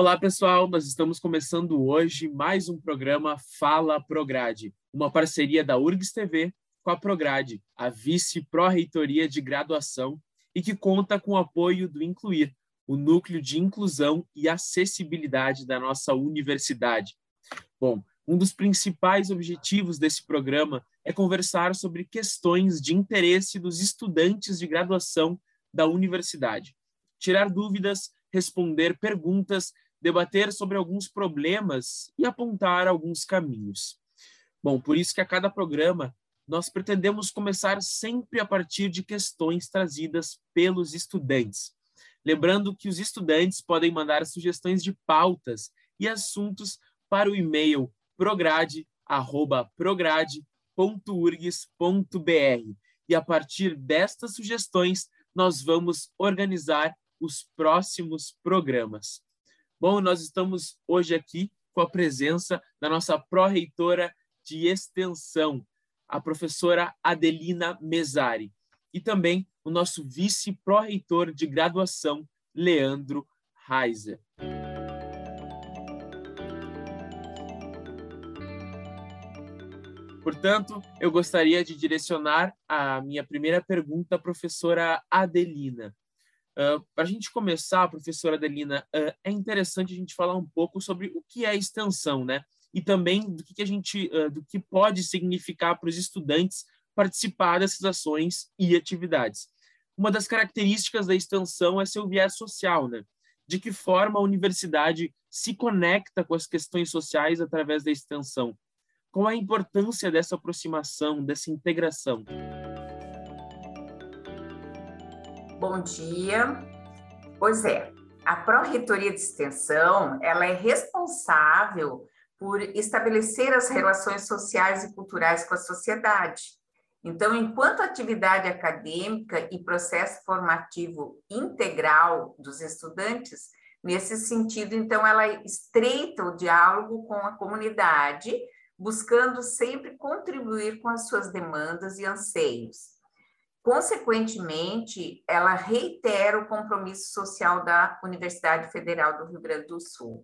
Olá, pessoal! Nós estamos começando hoje mais um programa Fala Prograde, uma parceria da URGS TV com a Prograde, a vice-pró-reitoria de graduação, e que conta com o apoio do Incluir, o núcleo de inclusão e acessibilidade da nossa universidade. Bom, um dos principais objetivos desse programa é conversar sobre questões de interesse dos estudantes de graduação da universidade, tirar dúvidas, responder perguntas, debater sobre alguns problemas e apontar alguns caminhos. Bom, por isso que a cada programa nós pretendemos começar sempre a partir de questões trazidas pelos estudantes. Lembrando que os estudantes podem mandar sugestões de pautas e assuntos para o e-mail prograde@prograde.urgs.br. E a partir destas sugestões, nós vamos organizar os próximos programas. Bom, nós estamos hoje aqui com a presença da nossa pró-reitora de extensão, a professora Adelina Mesari, e também o nosso vice-pró-reitor de graduação, Leandro Reiser. Portanto, eu gostaria de direcionar a minha primeira pergunta à professora Adelina. Para a gente começar, professora Adelina, é interessante a gente falar um pouco sobre o que é extensão, né? E também do que pode significar para os estudantes participar dessas ações e atividades. Uma das características da extensão é seu viés social, né? De que forma a universidade se conecta com as questões sociais através da extensão? Qual a importância dessa aproximação, dessa integração? Bom dia. Pois é, a Pró-Reitoria de Extensão, ela é responsável por estabelecer as relações sociais e culturais com a sociedade. Então, enquanto atividade acadêmica e processo formativo integral dos estudantes, nesse sentido, então, ela estreita o diálogo com a comunidade, buscando sempre contribuir com as suas demandas e anseios. Consequentemente, ela reitera o compromisso social da Universidade Federal do Rio Grande do Sul.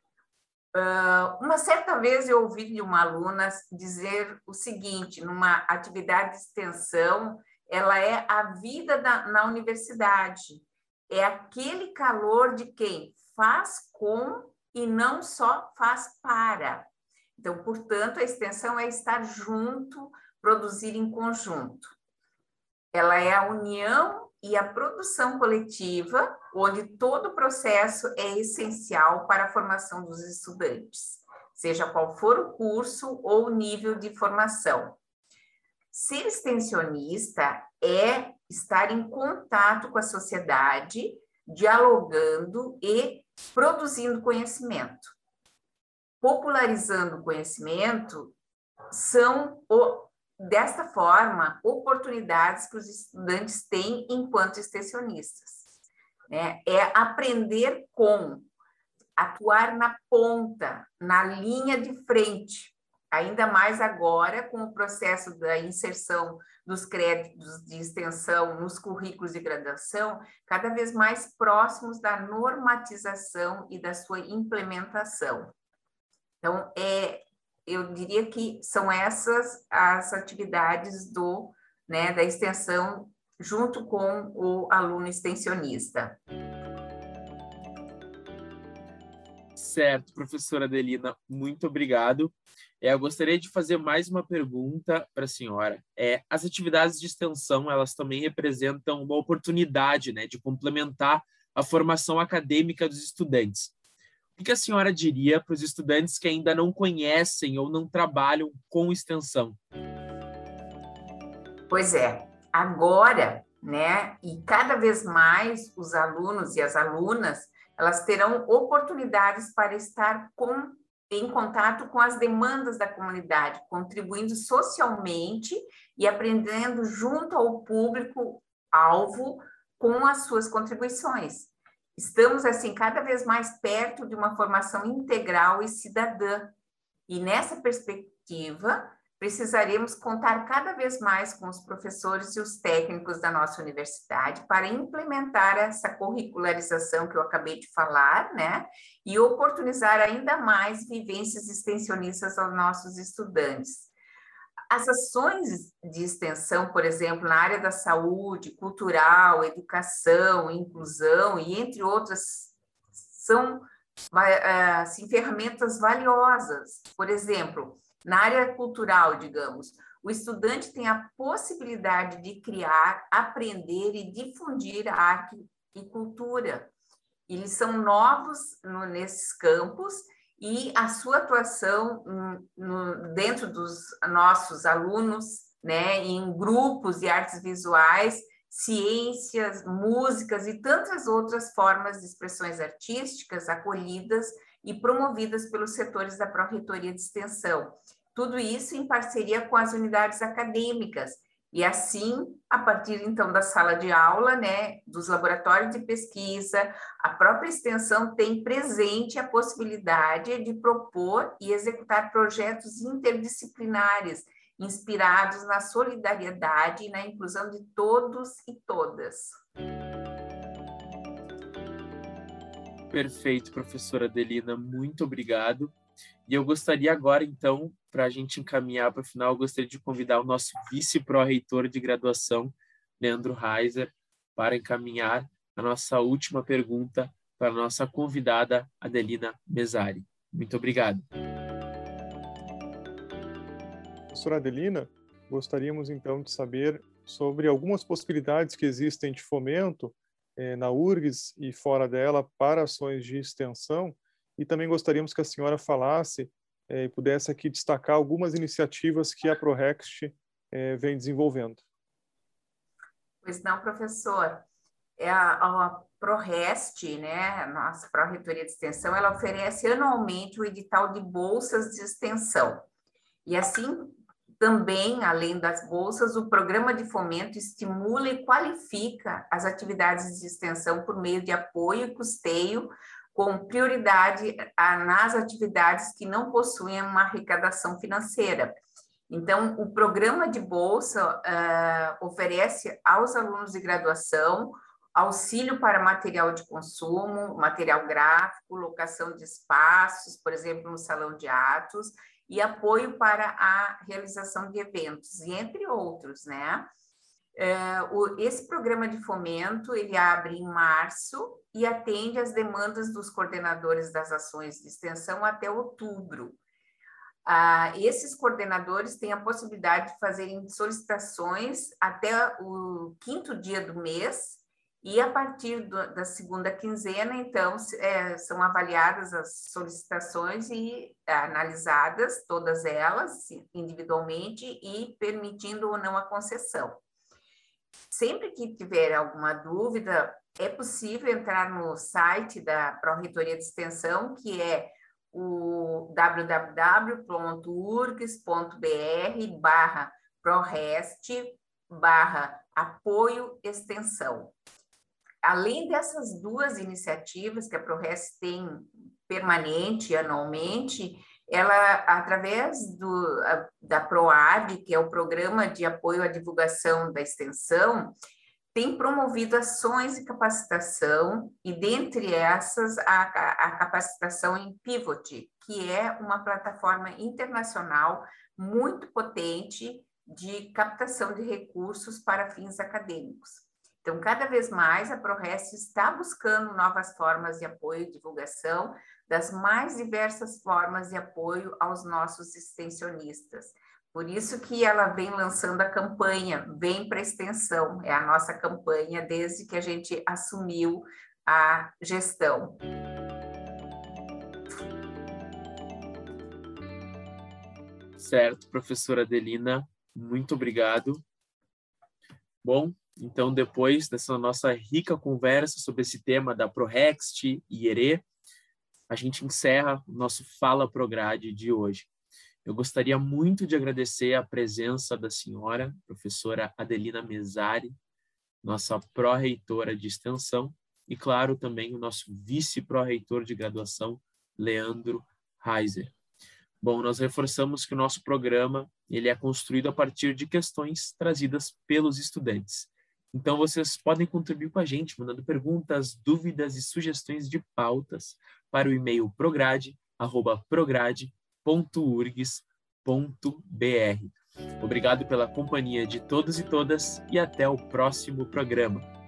Uma certa vez eu ouvi de uma aluna dizer o seguinte, numa atividade de extensão, ela é a vida na universidade, é aquele calor de quem faz com e não só faz para. Então, portanto, a extensão é estar junto, produzir em conjunto. Ela é a união e a produção coletiva, onde todo o processo é essencial para a formação dos estudantes, seja qual for o curso ou o nível de formação. Ser extensionista é estar em contato com a sociedade, dialogando e produzindo conhecimento. Popularizando o conhecimento são, desta forma, oportunidades que os estudantes têm enquanto extensionistas. Né? É aprender com, atuar na ponta, na linha de frente, ainda mais agora com o processo da inserção dos créditos de extensão nos currículos de graduação, cada vez mais próximos da normatização e da sua implementação. Então, eu diria que são essas as atividades da extensão junto com o aluno extensionista. Certo, professora Adelina, muito obrigado. Eu gostaria de fazer mais uma pergunta para a senhora. As atividades de extensão, elas também representam uma oportunidade, né, de complementar a formação acadêmica dos estudantes. O que a senhora diria para os estudantes que ainda não conhecem ou não trabalham com extensão? Pois é, agora, né, e cada vez mais os alunos e as alunas, elas terão oportunidades para estar em contato com as demandas da comunidade, contribuindo socialmente e aprendendo junto ao público-alvo com as suas contribuições. Estamos, assim, cada vez mais perto de uma formação integral e cidadã. E, nessa perspectiva, precisaremos contar cada vez mais com os professores e os técnicos da nossa universidade para implementar essa curricularização que eu acabei de falar, né? E oportunizar ainda mais vivências extensionistas aos nossos estudantes. As ações de extensão, por exemplo, na área da saúde, cultural, educação, inclusão e entre outras, são assim, ferramentas valiosas. Por exemplo, na área cultural, digamos, o estudante tem a possibilidade de criar, aprender e difundir arte e cultura. Eles são novos nesses campos e a sua atuação dentro dos nossos alunos, né, em grupos de artes visuais, ciências, músicas e tantas outras formas de expressões artísticas acolhidas e promovidas pelos setores da Pró-Reitoria de Extensão. Tudo isso em parceria com as unidades acadêmicas. E assim, a partir então da sala de aula, né, dos laboratórios de pesquisa, a própria extensão tem presente a possibilidade de propor e executar projetos interdisciplinares, inspirados na solidariedade e na inclusão de todos e todas. Perfeito, professora Adelina, muito obrigado. E eu gostaria agora, então, para a gente encaminhar para o final, eu gostaria de convidar o nosso vice-pró-reitor de graduação, Leandro Reiser, para encaminhar a nossa última pergunta para a nossa convidada, Adelina Mesari. Muito obrigado. Professora Adelina, gostaríamos então de saber sobre algumas possibilidades que existem de fomento na URGS e fora dela para ações de extensão, e também gostaríamos que a senhora falasse e pudesse aqui destacar algumas iniciativas que a ProRext vem desenvolvendo. Pois não, professor. A ProRest, né, a nossa Pró-Reitoria de Extensão, ela oferece anualmente o edital de bolsas de extensão. E assim, também, além das bolsas, o programa de fomento estimula e qualifica as atividades de extensão por meio de apoio e custeio, com prioridade nas atividades que não possuem uma arrecadação financeira. Então, o programa de bolsa oferece aos alunos de graduação auxílio para material de consumo, material gráfico, locação de espaços, por exemplo, no salão de atos, e apoio para a realização de eventos, e entre outros, né? Esse programa de fomento, ele abre em março e atende às demandas dos coordenadores das ações de extensão até outubro. Esses coordenadores têm a possibilidade de fazerem solicitações até o 5º dia do mês, e a partir da segunda quinzena, então, são avaliadas as solicitações e analisadas, todas elas, individualmente, e permitindo ou não a concessão. Sempre que tiver alguma dúvida, é possível entrar no site da Pró-Reitoria de Extensão, que é o www.urgs.br/ProRest/apoio extensão. Além dessas duas iniciativas que a ProRest tem permanente, anualmente, ela, através da PROAD, que é o Programa de Apoio à Divulgação da Extensão, tem promovido ações de capacitação, e dentre essas, a capacitação em Pivot, que é uma plataforma internacional muito potente de captação de recursos para fins acadêmicos. Então, cada vez mais, a ProRest está buscando novas formas de apoio e divulgação das mais diversas formas de apoio aos nossos extensionistas. Por isso que ela vem lançando a campanha Vem para a Extensão, é a nossa campanha desde que a gente assumiu a gestão. Certo, professora Adelina, muito obrigado. Bom, então, depois dessa nossa rica conversa sobre esse tema da ProRext e IERE, a gente encerra o nosso Fala Prograde de hoje. Eu gostaria muito de agradecer a presença da senhora, professora Adelina Mesari, nossa pró-reitora de extensão, e, claro, também o nosso vice-pró-reitor de graduação, Leandro Reiser. Bom, nós reforçamos que o nosso programa ele é construído a partir de questões trazidas pelos estudantes. Então, vocês podem contribuir com a gente, mandando perguntas, dúvidas e sugestões de pautas para o e-mail prograde@prograde.urgs.br. Obrigado pela companhia de todos e todas e até o próximo programa.